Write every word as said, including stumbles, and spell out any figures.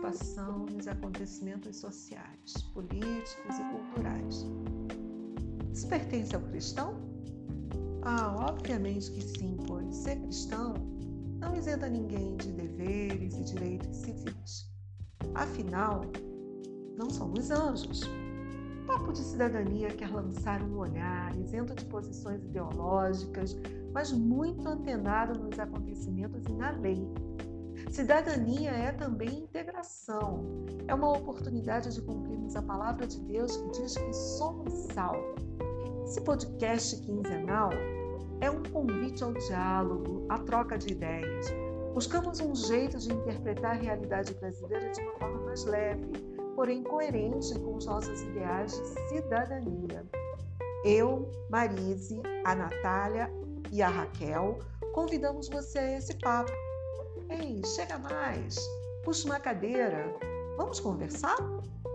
participação nos acontecimentos sociais, políticos e culturais. Isso pertence ao cristão? Ah, obviamente que sim, pois ser cristão não isenta ninguém de deveres e direitos civis. Afinal, não somos anjos. O Papo de Cidadania quer lançar um olhar isento de posições ideológicas, mas muito antenado nos acontecimentos e na lei. Cidadania é também integração. É uma oportunidade de cumprirmos a palavra de Deus que diz que somos sal. Esse podcast quinzenal é um convite ao diálogo, à troca de ideias. Buscamos um jeito de interpretar a realidade brasileira de uma forma mais leve, porém coerente com os nossos ideais de cidadania. Eu, Marise, a Natália e a Raquel convidamos você a esse papo. Ei, chega mais, puxa uma cadeira, vamos conversar?